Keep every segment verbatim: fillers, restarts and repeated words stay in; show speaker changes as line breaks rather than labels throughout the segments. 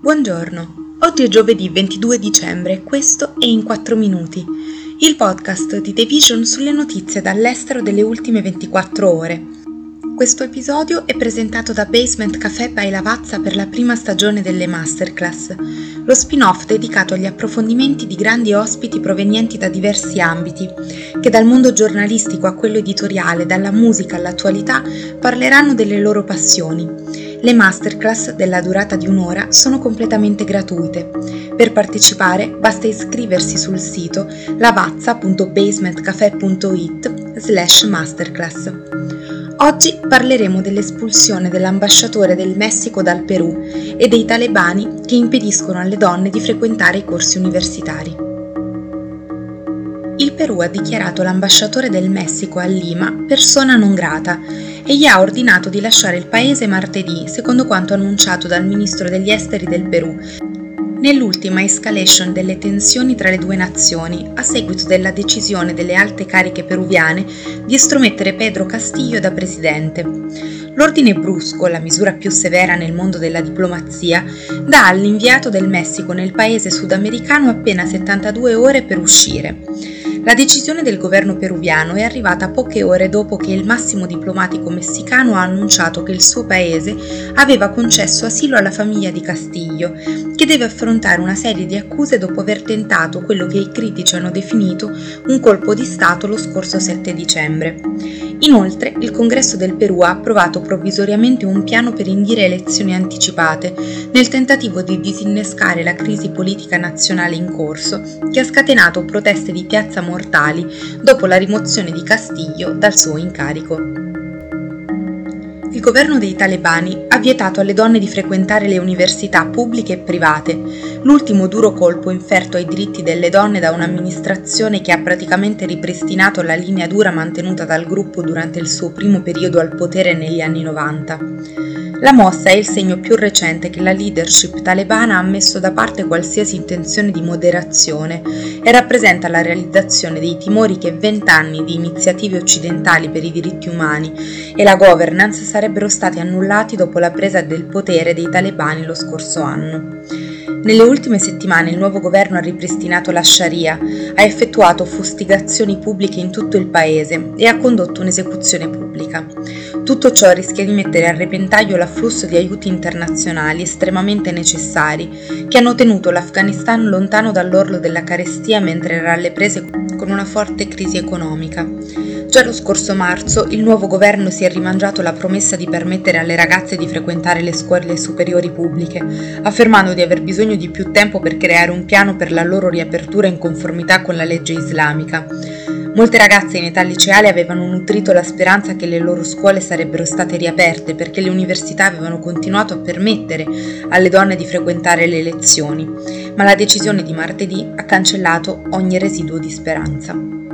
Buongiorno, oggi è giovedì ventidue dicembre e questo è In quattro minuti, il podcast di The Vision sulle notizie dall'estero delle ultime ventiquattro ore. Questo episodio è presentato da Basement Café by Lavazza per la prima stagione delle Masterclass, lo spin-off dedicato agli approfondimenti di grandi ospiti provenienti da diversi ambiti, che dal mondo giornalistico a quello editoriale, dalla musica all'attualità, parleranno delle loro passioni. Le masterclass, della durata di un'ora, sono completamente gratuite. Per partecipare basta iscriversi sul sito lavazza punto basementcafé punto it slash masterclass. Oggi parleremo dell'espulsione dell'ambasciatore del Messico dal Perù e dei talebani che impediscono alle donne di frequentare i corsi universitari. Il Perù ha dichiarato l'ambasciatore del Messico a Lima persona non grata e gli ha ordinato di lasciare il paese martedì, secondo quanto annunciato dal ministro degli esteri del Perù, nell'ultima escalation delle tensioni tra le due nazioni, a seguito della decisione delle alte cariche peruviane di estromettere Pedro Castillo da presidente. L'ordine brusco, la misura più severa nel mondo della diplomazia, dà all'inviato del Messico nel paese sudamericano appena settantadue ore per uscire. La decisione del governo peruviano è arrivata poche ore dopo che il massimo diplomatico messicano ha annunciato che il suo paese aveva concesso asilo alla famiglia di Castillo, che deve affrontare una serie di accuse dopo aver tentato quello che i critici hanno definito un colpo di Stato lo scorso sette dicembre. Inoltre, il Congresso del Perù ha approvato provvisoriamente un piano per indire elezioni anticipate, nel tentativo di disinnescare la crisi politica nazionale in corso, che ha scatenato proteste di piazza mortali dopo la rimozione di Castillo dal suo incarico. Il governo dei talebani ha vietato alle donne di frequentare le università pubbliche e private, l'ultimo duro colpo inferto ai diritti delle donne da un'amministrazione che ha praticamente ripristinato la linea dura mantenuta dal gruppo durante il suo primo periodo al potere negli anni novanta. La mossa è il segno più recente che la leadership talebana ha messo da parte qualsiasi intenzione di moderazione e rappresenta la realizzazione dei timori che vent'anni di iniziative occidentali per i diritti umani e la governance sarebbero stati annullati dopo la presa del potere dei talebani lo scorso anno. Nelle ultime settimane il nuovo governo ha ripristinato la Sharia, ha effettuato fustigazioni pubbliche in tutto il paese e ha condotto un'esecuzione pubblica. Tutto ciò rischia di mettere a repentaglio l'afflusso di aiuti internazionali estremamente necessari, che hanno tenuto l'Afghanistan lontano dall'orlo della carestia mentre era alle prese con una forte crisi economica. Già lo scorso marzo il nuovo governo si è rimangiato la promessa di permettere alle ragazze di frequentare le scuole superiori pubbliche, affermando di aver bisogno di più tempo per creare un piano per la loro riapertura in conformità con la legge islamica. Molte ragazze in età liceale avevano nutrito la speranza che le loro scuole sarebbero state riaperte perché le università avevano continuato a permettere alle donne di frequentare le lezioni, ma la decisione di martedì ha cancellato ogni residuo di speranza.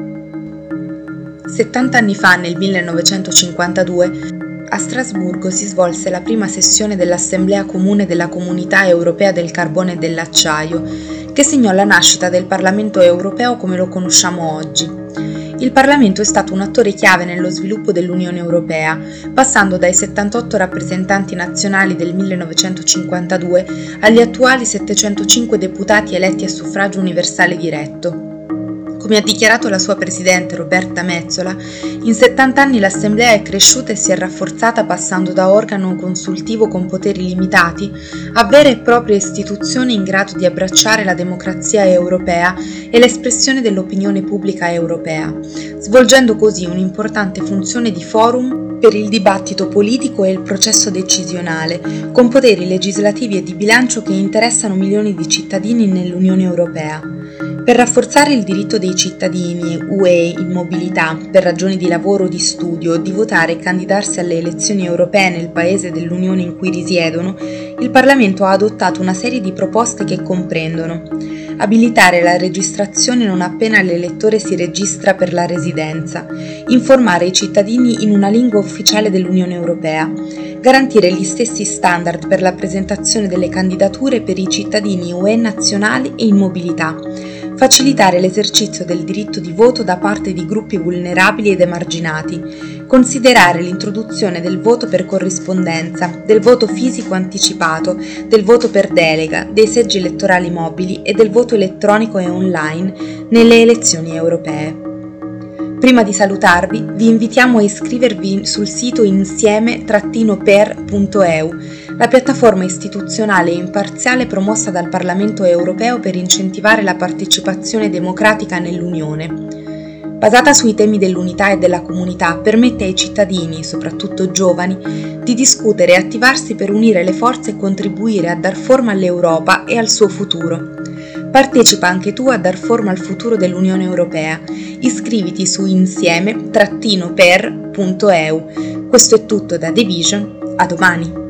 settanta anni fa, nel millenovecentocinquantadue, a Strasburgo si svolse la prima sessione dell'Assemblea Comune della Comunità Europea del Carbone e dell'Acciaio, che segnò la nascita del Parlamento europeo come lo conosciamo oggi. Il Parlamento è stato un attore chiave nello sviluppo dell'Unione Europea, passando dai settantotto rappresentanti nazionali del millenovecentocinquantadue agli attuali settecentocinque deputati eletti a suffragio universale diretto. Come ha dichiarato la sua presidente Roberta Metsola, in settanta anni l'Assemblea è cresciuta e si è rafforzata passando da organo consultivo con poteri limitati a vera e propria istituzione in grado di abbracciare la democrazia europea e l'espressione dell'opinione pubblica europea, svolgendo così un'importante funzione di forum per il dibattito politico e il processo decisionale, con poteri legislativi e di bilancio che interessano milioni di cittadini nell'Unione Europea. Per rafforzare il diritto dei cittadini U E in mobilità, per ragioni di lavoro o di studio, di votare e candidarsi alle elezioni europee nel paese dell'Unione in cui risiedono, il Parlamento ha adottato una serie di proposte che comprendono: abilitare la registrazione non appena l'elettore si registra per la residenza, informare i cittadini in una lingua ufficiale dell'Unione Europea, garantire gli stessi standard per la presentazione delle candidature per i cittadini U E nazionali e in mobilità, facilitare l'esercizio del diritto di voto da parte di gruppi vulnerabili ed emarginati, Considerare l'introduzione del voto per corrispondenza, del voto fisico anticipato, del voto per delega, dei seggi elettorali mobili e del voto elettronico e online nelle elezioni europee. Prima di salutarvi, vi invitiamo a iscrivervi sul sito insieme per punto e u, la piattaforma istituzionale e imparziale promossa dal Parlamento europeo per incentivare la partecipazione democratica nell'Unione. Basata sui temi dell'unità e della comunità, permette ai cittadini, soprattutto giovani, di discutere e attivarsi per unire le forze e contribuire a dar forma all'Europa e al suo futuro. Partecipa anche tu a dar forma al futuro dell'Unione Europea. Iscriviti su insieme per punto e u. Questo è tutto da The Vision, a domani!